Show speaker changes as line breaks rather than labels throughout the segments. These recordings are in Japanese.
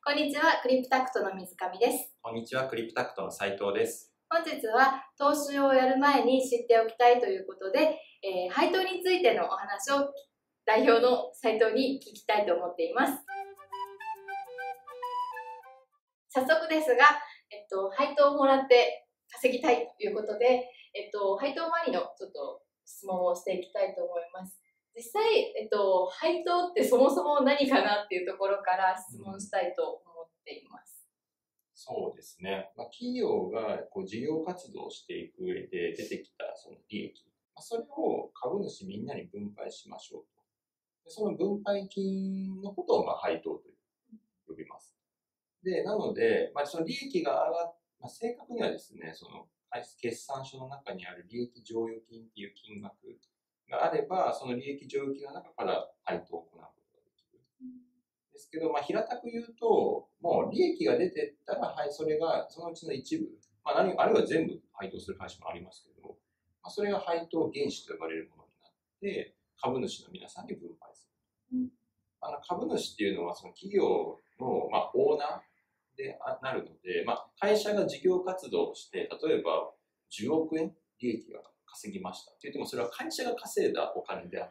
こんにちは、クリプタクトの水上です。
こんにちは、クリプタクトの斉藤です。
本日は投資をやる前に知っておきたいということで、配当についてのお話を代表の斉藤に聞きたいと思っています。早速ですが、配当をもらって稼ぎたいということで、配当周りのちょっと質問をしていきたいと思います。実際、配当ってそもそも何かなっていうところから質問したいと思っています。
そうですね。企業が事業活動をしていく上で出てきたその利益、それを株主みんなに分配しましょうと。でその分配金のことを配当と呼びます。で、なので、その利益が上がっ正確にはですね、その決算書の中にある利益剰余金っていう金額があれば、その利益剰余金の中から配当を行うことができる。ですけど、平たく言うと、もう利益が出てったら、はい、それがそのうちの一部、あるいは全部配当する会社もありますけど、それが配当原資と呼ばれるものになって、株主の皆さんに分配する。株主っていうのは、その企業の、オーナーでなるので、会社が事業活動をして、例えば10億円利益が稼ぎましたって言っても、それは会社が稼いだお金であって、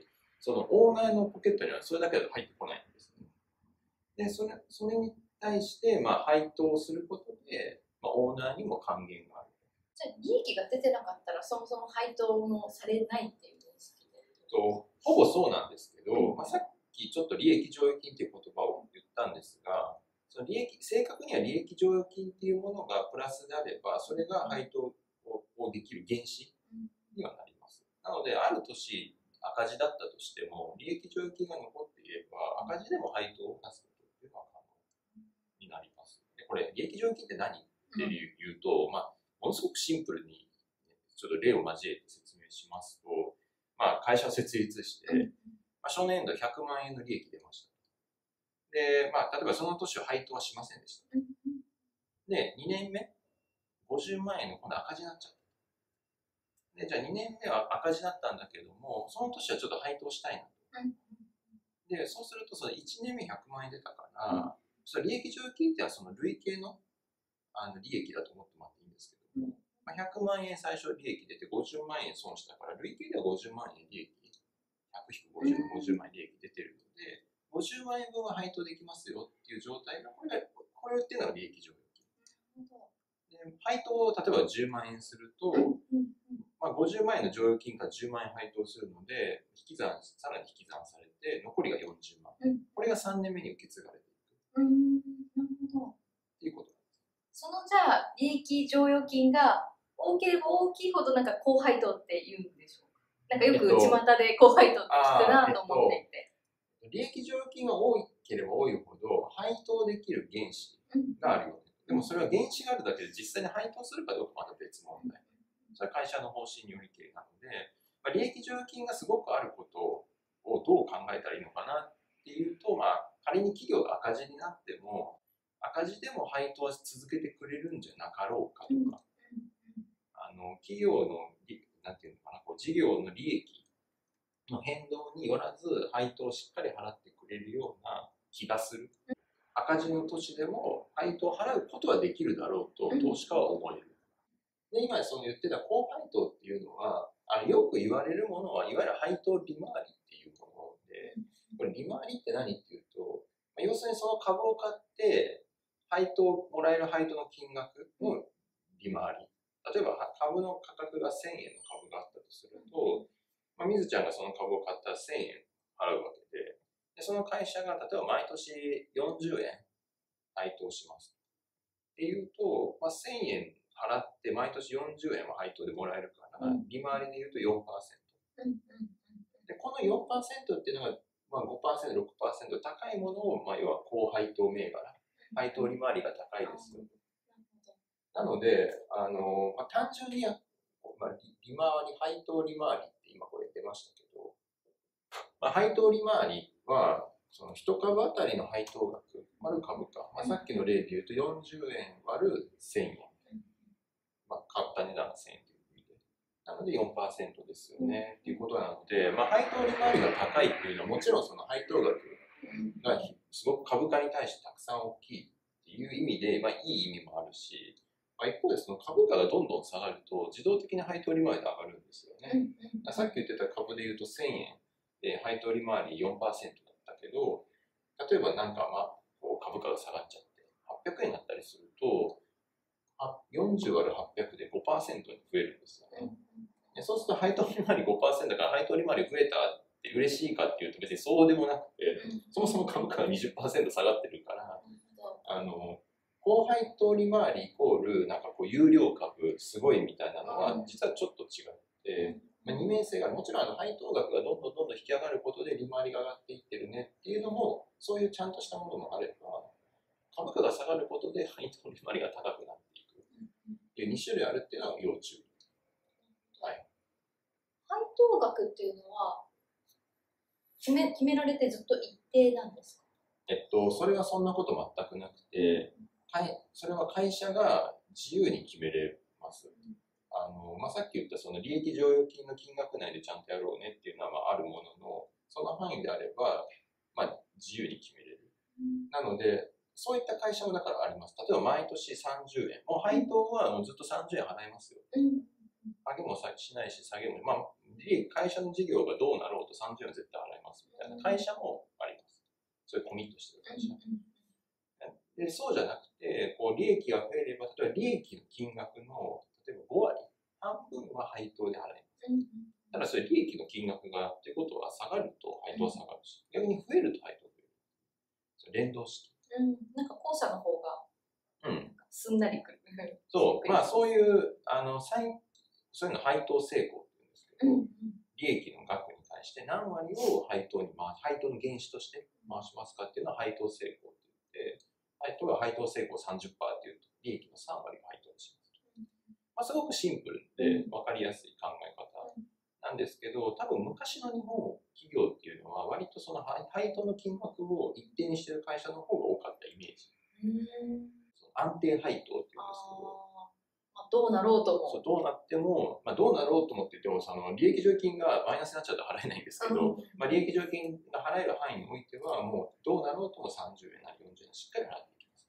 そのオーナーのポケットにはそれだけだと入ってこないんですね。で、それに対して、配当することで、オーナーにも還元がある。
じゃあ、利益が出てなかったら、そもそも配当もされないっていう認識で
ほぼそうなんですけど、さっきちょっと利益剰余金っていう言葉を言ったんですが、その正確には利益剰余金っていうものがプラスであれば、それが配当をできる原資にはなります。なので、ある年赤字だったとしても、利益剰余金が残っていれば、赤字でも配当を出すことっていうのは可能になります。で、これ、利益剰余金って何っていうと、ものすごくシンプルに、ちょっと例を交えて説明しますと、会社を設立して、初年度100万円の利益出ました。で、例えばその年は配当はしませんでした。で、2年目、50万円の今度赤字になっちゃった。で、じゃあ2年目は赤字だったんだけども、その年はちょっと配当したいなと。で、そうすると、その1年目100万円出たから、その利益剰余金っていうのはその累計の利益だと思ってもらっていいんですけども、100万円最初利益出て50万円損したから、累計では50万円利益、100-50の50万円利益出てるので、50万円分は配当できますよっていう状態が、これっていうのが利益剰余金。で、配当を例えば10万円すると、50万円の剰余金から10万円配当するので、さらに引き算されて、残りが40万。これが3年目に受け継がれていく。
なるほど。
っていうことなんです。
そのじゃあ、利益剰余金が大きれば大きいほど高配当って言うんでしょうか。よく巷で高配当って聞くなと思っていて。
利益剰余金が多ければ多いほど配当できる原資があるよね。でもそれは原資があるだけで実際に配当するかどうかまた別問題。それは会社の方針によりけりなので、利益剰余金がすごくあることをどう考えたらいいのかなっていうと、仮に企業が赤字になっても、赤字でも配当は続けてくれるんじゃなかろうかとか、企業のなんていうのかな、事業の利益の変動によらず配当をしっかり払ってくれるような気がする。赤字の年でも配当を払うことはできるだろうと投資家は思える。で、今その言ってた高配当っていうのは、よく言われるものはいわゆる配当利回りっていうもので、これ利回りって何っていうと、要するにその株を買ってもらえる配当の金額の利回り。例えば株の価格が1000円の株があったとすると、みずちゃんがその株を買ったら1000円払うわけで、その会社が例えば毎年40円配当しますっていうと、1000円払って毎年40円は配当でもらえるから、利回りでいうと 4%。で、この 4% っていうのが、5%、6% 高いものを、要は高配当銘柄、配当利回りが高いですよ。なので、単純に、利回り、配当利回りって今これ出ましたけど、配当利回りは、その1株当たりの配当額割る株価、さっきの例で言うと40円割る1000円。買った値段が1000円という意味で。なので 4% ですよね、っていうことなので、配当利回りが高いっていうのはもちろんその配当額がすごく株価に対してたくさん大きいっていう意味で、いい意味もあるし、一方でその株価がどんどん下がると自動的に配当利回りで上がるんですよね。さっき言ってた株で言うと1000円で配当利回り 4% だったけど、例えばこう株価が下がっちゃって800円だったりすると、40割る800で 5% に増えるんですよね。でそうすると配当利回り 5% だから配当利回り増えたって嬉しいかっていうと別にそうでもなくて、そもそも株価が 20% 下がってるから、高配当利回りイコールこう有料株すごいみたいなのは実はちょっと違って、二面性がもちろん配当額がどんどん引き上がることで利回りが上がっていってるねっていうのもそういうちゃんとしたものもあれば、株価が下がることで配当利回りが高くなっていくっていう2種類あるっていうのは要注意。はい、
配当額っていうのは決められてずっと一定なんですか？
それはそんなこと全くなくて、それは会社が自由に決めれます。さっき言ったその利益剰余金の金額内でちゃんとやろうねっていうのはあるものの、その範囲であれば、自由に決めれる。なので、そういった会社もだからあります。例えば毎年30円。もう配当はもうずっと30円払いますよ。上げもしないし、下げも、会社の事業がどうなろうと30円は絶対払いますみたいな会社もあります。そういうコミットしてる会社。でそうじゃなくて、こう利益が増えれば、例えば利益の金額の例えば5割、半分は配当で払います。ただそれ利益の金額がってことは下がると配当は下がるし、逆に増えると配当が増える。連動式。
後者の方がすんなりくる。
そう、そういうそういうの配当成功って言うんですけど、利益の額に対して何割を配当の原資として回しますかっていうのは配当成功って言って、配当成功 30% っていうと利益の3割を配当にします。すごくシンプルで分かりやすい考え方なんですけど、多分昔の日本企業っていうのは割とその配当の金額を一定にしている会社の方が多かったイメージ。安定配当っていうんですけど、
どうなろうとも。
どうなっても、どうなろうと思って言っても、その利益剰余金がマイナスになっちゃうと払えないんですけど、利益剰余金が払える範囲においては、もうどうなろうとも30円なり40円しっかり払っていきます。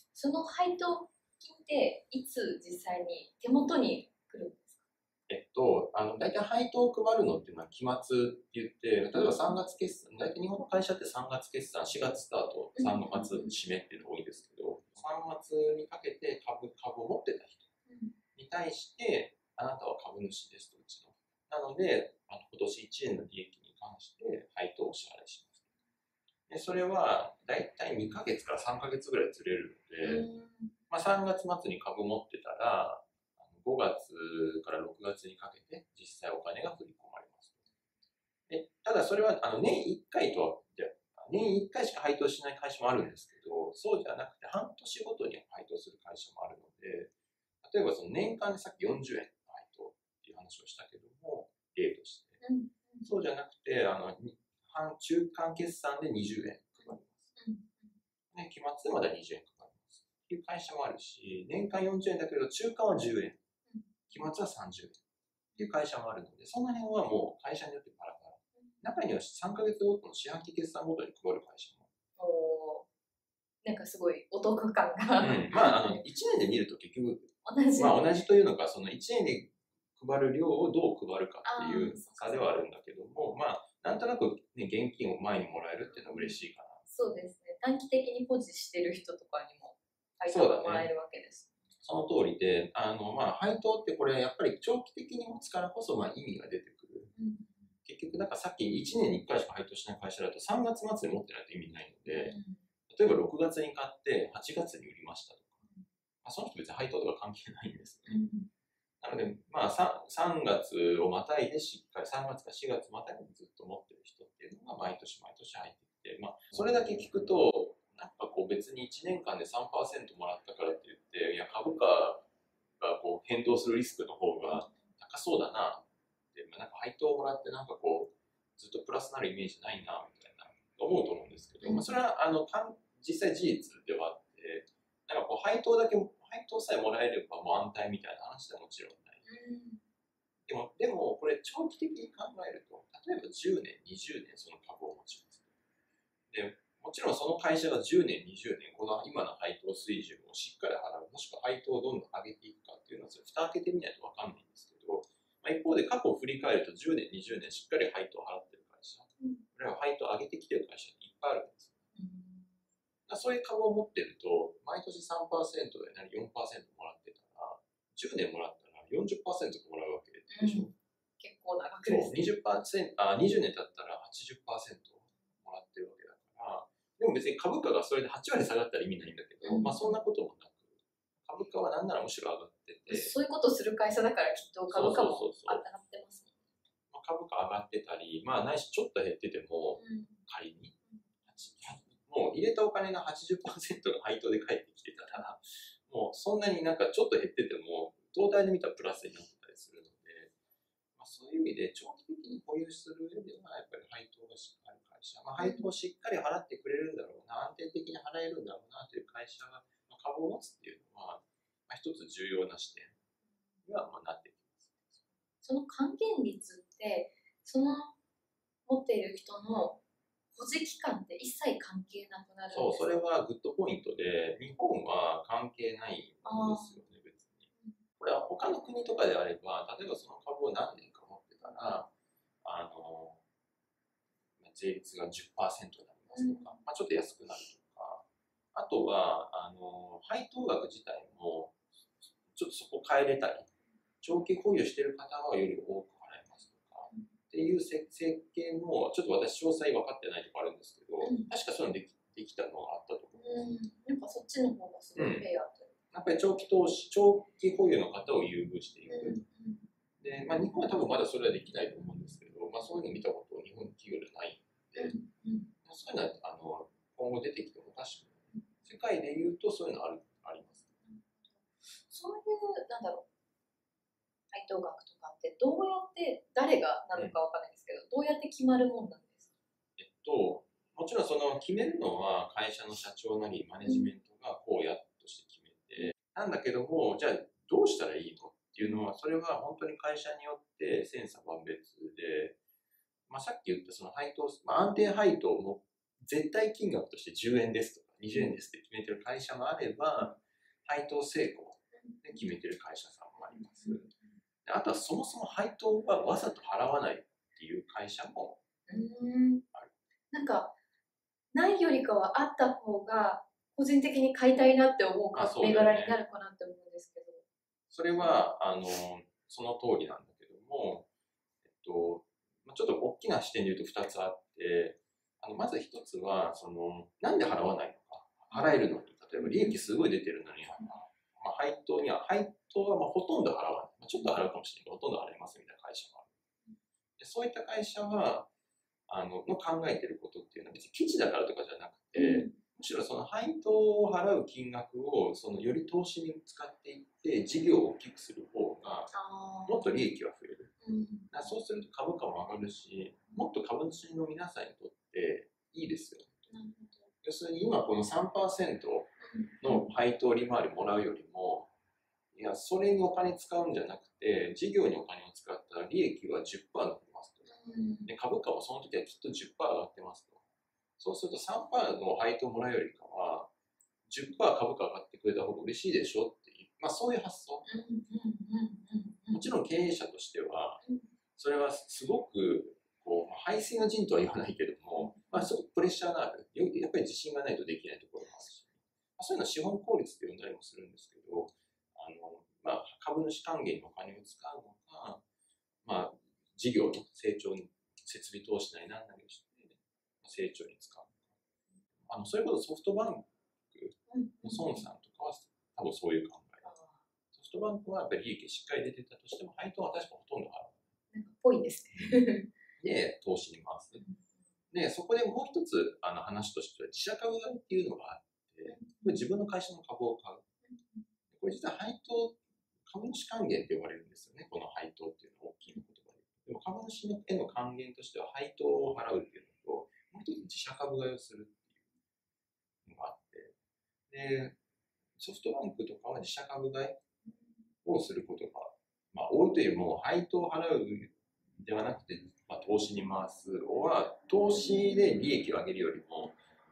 その配当金っていつ実際に手元に来るんですか？
大体配当を配るのっていうのは期末って言って、例えば3月決算、大体日本の会社って3月決算、4月スタート、3月締めっていうのが多いですけど、3月にかけて株を持ってた人に対して、あなたは株主ですと、うちの。なので、今年1年の利益に関して配当をお支払いします。でそれは大体2ヶ月から3ヶ月ぐらいずれるので、3月末に株持ってたら、5月から6月にかけて実際お金が振り込まれます。でただそれは年1回年1回しか配当しない会社もあるんですけど、そうじゃなくて半年ごとに配当する会社もあるので、例えばその年間でさっき40円の配当っていう話をしたけども、例として、そうじゃなくて中間決算で20円かかります。で期末でまだ20円かかりますっていう会社もあるし、年間40円だけど中間は10円、期末は30円っていう会社もあるので、その辺はもう会社によってバラバラ。中には3ヶ月ごとの四半期決算ごとに配る会社も。
なんかすごいお得感が。
1年で見ると結局、同じというのか、その1年で配る量をどう配るかっていう差ではあるんだけども、なんとなく、ね、現金を前にもらえるっていうのは嬉しいかな。
そうですね。短期的に保持してる人とかにも配当がもらえるわけです。
その通りで、配当ってこれやっぱり長期的に持つからこそ意味が出てくる。結局、だからさっき1年に1回しか配当しない会社だと3月末に持ってないと意味ないので、例えば6月に買って8月に売りましたとか、その人別に配当とか関係ないんですね。なので、3月をまたいでしっかり、3月か4月またいでずっと持ってる人っていうのが毎年毎年入ってきて、それだけ聞くと、別に1年間で 3% もらったからって言って、いや株価が変動するリスクの方が高そうだなって、配当をもらってずっとプラスなるイメージないなみたいな思うと思うんですけど、それは実際事実ではあって、配当さえもらえればもう安泰みたいな話ではもちろんない。でもこれ長期的に考えると、例えば10年、20年その株を持ちます。 でもちろんその会社が10年、20年、この今の配当水準をしっかり払う、もしくは配当をどんどん上げていくかっていうのは、それ蓋開けてみないと分かんないんですけど、一方で過去を振り返ると10年、20年しっかり配当を払ってる会社、あるいは配当を上げてきてる会社っていっぱいあるんです。そういう株を持ってると、毎年3%で4%もらってたら、10年もらったら 40% もらうわけでしょ。
結構長くですね。
20年経ったら 80% もらってるわけだから、でも別に株価がそれで8割下がったら意味ないんだけど、そんなこともなく、株価はなんならむしろ上がってて。
そういうことする会社だからきっと株価も上がってますね。
株価上がってたり、ないしちょっと減ってても、仮に、もう入れたお金の 80% が配当で返ってきてたら、もうそんなになんかちょっと減ってても、トータルで見たらプラスになってたりするので、そういう意味で長期的に保有する上では、やっぱり配当がしっかり会社、配当をしっかり払ってくれるんだろうな、安定的に払えるんだろうなという会社が株を持つっていうのは、一つ重要な視点にはなってきます。
その還元率って、その持っている人の保持期間って一切関係なくなるんですか？
そう、それはグッドポイントで、日本は関係ないんですよね、別に。これは他の国とかであれば、例えばその株を何年か持ってたら、税率が 10% になりますとか、ちょっと安くなるとか、あとは配当額自体もちょっとそこ変えれたり、長期保有している方はより多く払いますとか、っていう設計も、ちょっと私詳細分かってないところあるんですけど、確かそういうのできたのがあったと思います。
やっぱそっちの方がすごいフェアという。
やっぱり長期投資、長期保有の方を優遇していく。で、日本は多分まだそれはできないと思うんですけど、そういうの見たこと日本企業でないので、そういうのは今後出てきてもおかしくない。世界でいうとそういうのあります。
そういう、なんだろう、配当額とかってどうやって誰がなのかわからないですけど、どうやって決まるもんなんですか？
もちろんその決めるのは会社の社長なりマネジメントがこうやとして決めて、なんだけども、じゃあどうしたらいいのっていうのは、それは本当に会社によって千差万別で、さっき言ったその配当、安定配当も絶対金額として10円ですとか20円ですって決めてる会社もあれば、配当成功で決めてる会社さんもあります。あとはそもそも配当はわざと払わないっていう会社もある。
なんかないよりかはあった方が個人的に買いたいなって思う銘柄になるかなって思うんですけど。
それはその通りなんだけども、ちょっと大きな視点で言うと2つあって、まず1つはなんで払わないのか、払えるのに、例えば利益すごい出てるのに、配当はほとんど払わない、ちょっと払うかもしれないけど、ほとんど払いますみたいな会社もある。でそういった会社はの考えてることっていうのは別に基地だからとかじゃなくて、むしろその配当を払う金額をより投資に使っていって事業を大きくする方がもっと利益は増える。そうすると株価も上がるし、もっと株主の皆さんにとっていいですよ。要するに今この 3% の配当利回りもらうよりも、いやそれにお金使うんじゃなくて事業にお金を使ったら利益は 10% 伸びますと。で株価もその時はきっと 10% 上がってますと。そうすると 3% の配当もらうよりかは 10% 株価上がってくれた方が嬉しいでしょっていう、そういう発想。もちろん経営者としてはそれはすごく背水の陣とは言わないけども、すごくプレッシャーがある。やっぱり自信がないとできないところもあるし、そういうのは資本効率って呼んだりもするんですけど、株主還元にお金を使うのか、事業の成長に設備投資なり何なりをして成長に使う。それこそソフトバンクの孫さんとかは多分そういう考え。ソフトバンクはやっぱり利益しっかり出てたとしても配当は確かほとんど払う。
なんかぽいですね。
で、投資に回す。で、そこでもう一つ話としては自社株買いっていうのがあって、自分の会社の株を買う。これ実は配当、株主還元って呼ばれるんですよね。この配当っていうのは大きい言葉で。でも株主への還元としては配当を払うっていうのと、もう一つ自社株買いをするっていうのがあって、で、ソフトバンクとかは自社株買いをすることが、多いというよりも配当を払うではなくて、投資に回すは投資で利益を上げるよりも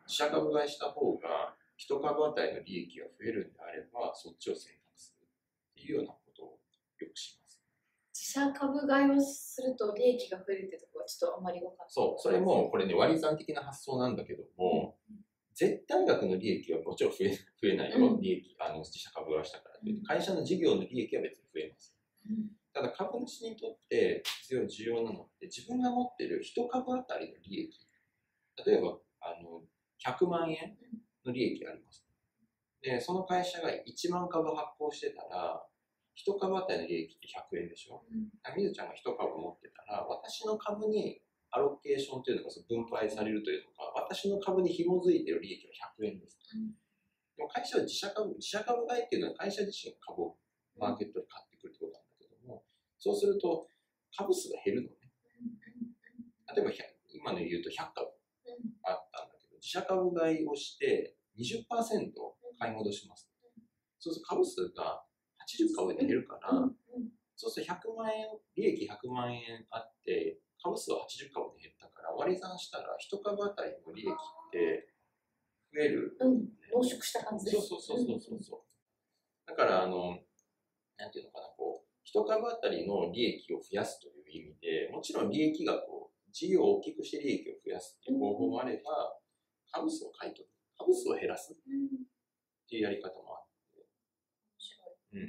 自社株買いした方が1株当たりの利益が増えるんであれば、そっちを選択するっていうようなことをよくします。
自社株買いをすると利益が増えるってところはちょっとあんまり分かんない。
そう、それもこれね、割り算的な発想なんだけども、絶対額の利益はもちろん増えないよ、利益自社株買いしたからといって、会社の事業の利益は別に増えます。ただ株主にとって必要重要なのって自分が持っている1株当たりの利益、例えば100万円の利益あります。でその会社が1万株発行してたら1株当たりの利益って100円でしょ。みずちゃんが1株持ってたら私の株にアロケーションというのが分配されるというのか、私の株に紐づいている利益は100円です。でも会社は自社株買いっていうのは会社自身が株をマーケットで買ってくるってことなんだけども、そうすると株数が減るのね。例えば今の言うと100株あったんだけど、自社株買いをして 20% 買い戻します。そうすると株数が80株で減るから、そうすると100万円、利益100万円あって、株数は80株で減ったから、割り算したら1株当たりの利益って増える。
濃縮した感じです。
そう。だから、なんていうのかな、1株当たりの利益を増やすという意味で、もちろん利益額を、事業を大きくして利益を増やすっていう方法もあれば、株数を買い取る、株数を減らすっていうやり方もあって、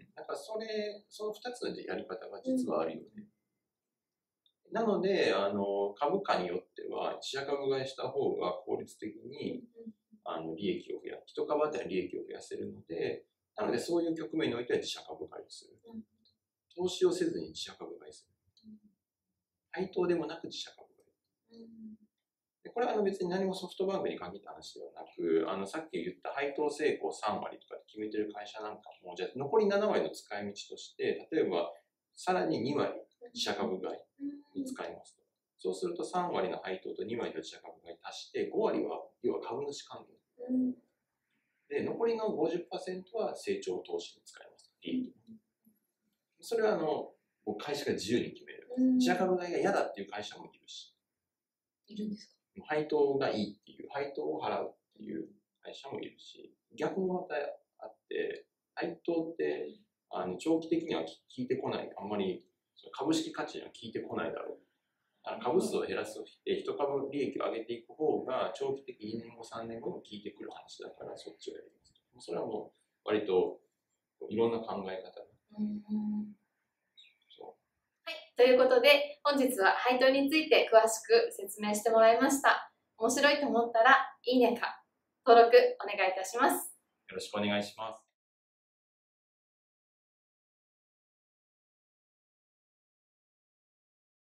だからその2つのやり方が実はあるよね。なので株価によっては自社株買いした方が効率的に利益を増やす、1株当たり利益を増やせるので、なのでそういう局面においては自社株買いをする。投資をせずに自社株買いする。配当でもなく自社株買い。でこれは別に何もソフトバンクに限った話ではなく、さっき言った配当成功3割とかで決めてる会社なんかも、じゃあ残り7割の使い道として、例えばさらに2割自社株買いに使いますと。そうすると3割の配当と2割の自社株買い足して5割は要は株主還元。で残りの 50% は成長投資に使います。利益。それは会社が自由に決める。自社株買いが嫌だっていう会社もいるし。
いるんですか？
配当がいいっていう、配当を払うっていう会社もいるし、逆にまたあって、配当って長期的には効いてこない、あんまり株式価値には効いてこないだろう。株数を減らす1株利益を上げていく方が長期的2年後3年後も効いてくる話だからそっちをやります。それはもう割といろんな考え方が。
はい、ということで本日は配当について詳しく説明してもらいました。面白いと思ったらいいねか登録お願いいたします。
よろしくお願いします。